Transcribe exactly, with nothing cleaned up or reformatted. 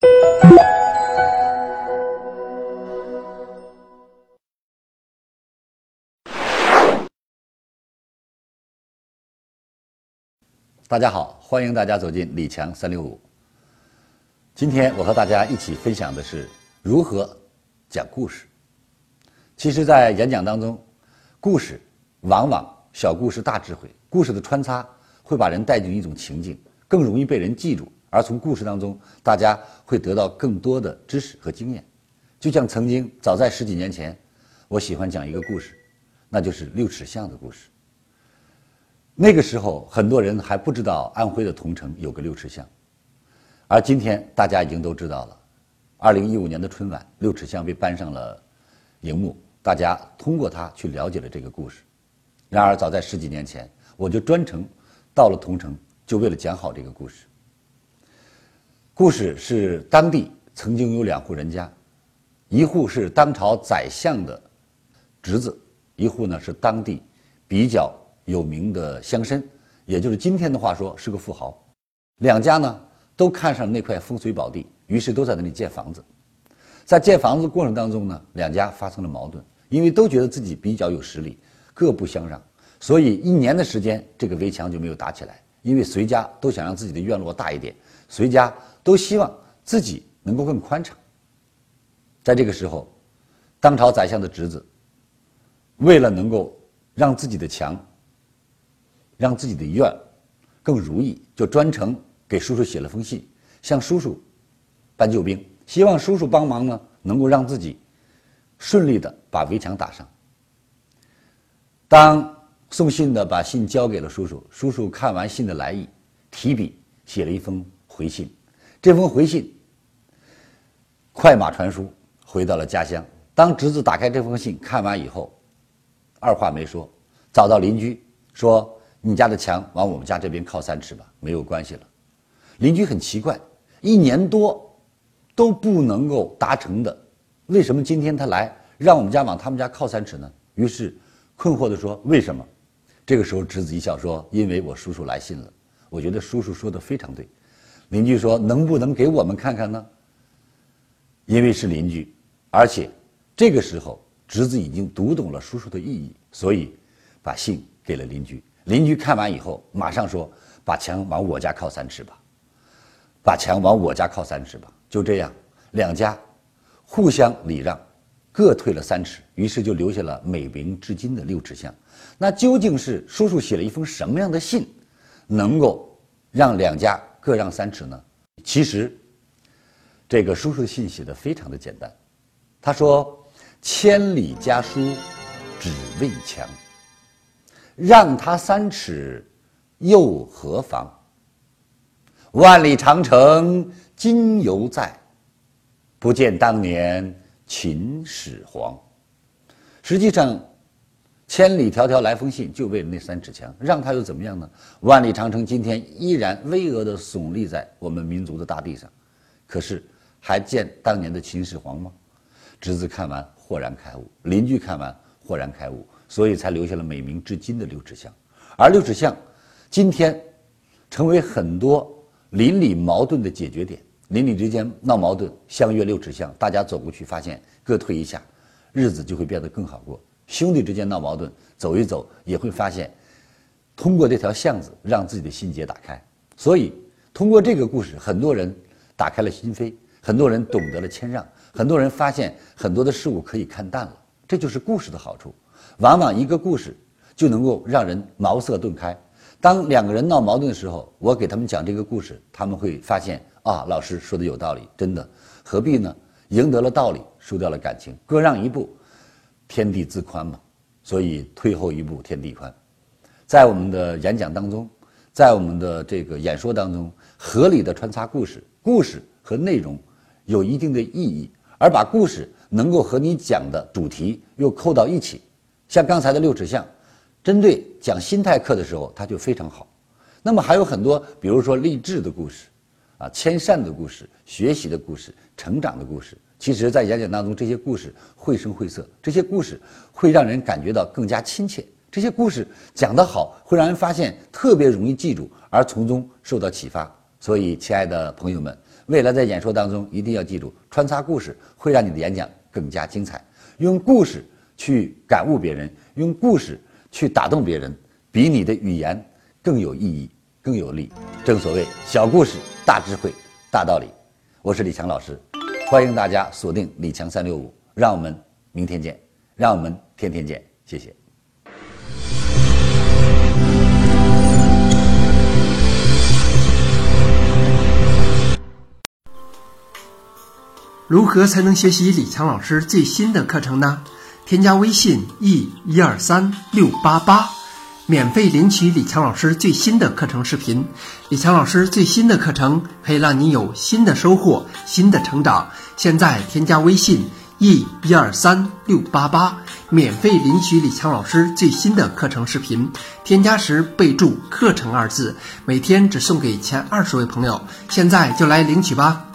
大家好，欢迎大家走进李强三六五。今天我和大家一起分享的是如何讲故事。其实，在演讲当中，故事往往小故事大智慧，故事的穿插会把人带进一种情境，更容易被人记住。而从故事当中，大家会得到更多的知识和经验。就像曾经早在十几年前，我喜欢讲一个故事，那就是六尺巷的故事。那个时候，很多人还不知道安徽的桐城有个六尺巷，而今天大家已经都知道了。二零一五年的春晚，六尺巷被搬上了荧幕，大家通过它去了解了这个故事。然而，早在十几年前，我就专程到了桐城，就为了讲好这个故事。故事是当地曾经有两户人家，一户是当朝宰相的侄子，一户呢是当地比较有名的乡绅，也就是今天的话说是个富豪。两家呢都看上那块风水宝地，于是都在那里建房子。在建房子过程当中呢，两家发生了矛盾，因为都觉得自己比较有实力，各不相让，所以一年的时间这个围墙就没有打起来。因为随家都想让自己的院落大一点，随家都希望自己能够更宽敞。在这个时候，当朝宰相的侄子为了能够让自己的墙让自己的院更如意，就专程给叔叔写了封信，向叔叔搬救兵，希望叔叔帮忙呢，能够让自己顺利的把围墙打上。当送信的把信交给了叔叔，叔叔看完信的来意，提笔写了一封回信。这封回信快马传书回到了家乡。当侄子打开这封信看完以后，二话没说，找到邻居说，你家的墙往我们家这边靠三尺吧，没有关系了。邻居很奇怪，一年多都不能够达成的，为什么今天他来让我们家往他们家靠三尺呢？于是困惑地说，为什么？这个时候侄子一笑说，因为我叔叔来信了。我觉得叔叔说的非常对。邻居说，能不能给我们看看呢？因为是邻居，而且这个时候侄子已经读懂了叔叔的意义，所以把信给了邻居。邻居看完以后马上说，把墙往我家靠三尺吧，把墙往我家靠三尺吧。就这样，两家互相礼让，各退了三尺，于是就留下了美名至今的六尺巷。那究竟是叔叔写了一封什么样的信，能够让两家各让三尺呢？其实这个叔叔的信写得非常的简单，他说，千里家书只为墙，让他三尺又何妨？万里长城今犹在，不见当年秦始皇。实际上，千里迢迢来封信，就为了那三尺墙，让他又怎么样呢？万里长城今天依然巍峨地耸立在我们民族的大地上，可是还见当年的秦始皇吗？侄子看完豁然开悟，邻居看完豁然开悟，所以才留下了美名至今的六尺巷。而六尺巷今天成为很多邻里矛盾的解决点，邻里之间闹矛盾，相约六尺巷，大家走过去，发现各退一下，日子就会变得更好过。兄弟之间闹矛盾，走一走也会发现，通过这条巷子让自己的心结打开。所以通过这个故事，很多人打开了心扉，很多人懂得了谦让，很多人发现很多的事物可以看淡了。这就是故事的好处，往往一个故事就能够让人茅塞顿开。当两个人闹矛盾的时候，我给他们讲这个故事，他们会发现啊，老师说的有道理，真的何必呢？赢得了道理，输掉了感情，各让一步，天地自宽嘛。所以退后一步，天地宽。在我们的演讲当中，在我们的这个演说当中，合理的穿插故事，故事和内容有一定的意义，而把故事能够和你讲的主题又扣到一起。像刚才的六尺巷，针对讲心态课的时候，它就非常好。那么还有很多，比如说励志的故事，啊，谦善的故事，学习的故事，成长的故事。其实，在演讲当中，这些故事绘声绘色，这些故事会让人感觉到更加亲切。这些故事讲得好，会让人发现特别容易记住，而从中受到启发。所以，亲爱的朋友们， 未来在演说当中一定要记住，穿插故事会让你的演讲更加精彩。用故事去感悟别人，用故事去打动别人，比你的语言更有意义，更有力。正所谓小故事大智慧大道理。我是李强老师，欢迎大家锁定李强三六五，让我们明天见，让我们天天见，谢谢。 如何才能学习李强老师最新的课程呢？添加微信 e 一二三六八八，免费领取李强老师最新的课程视频。李强老师最新的课程可以让你有新的收获，新的成长。现在添加微信 e 一二三六八八，免费领取李强老师最新的课程视频。添加时备注课程二字，每天只送给前二十位朋友。现在就来领取吧。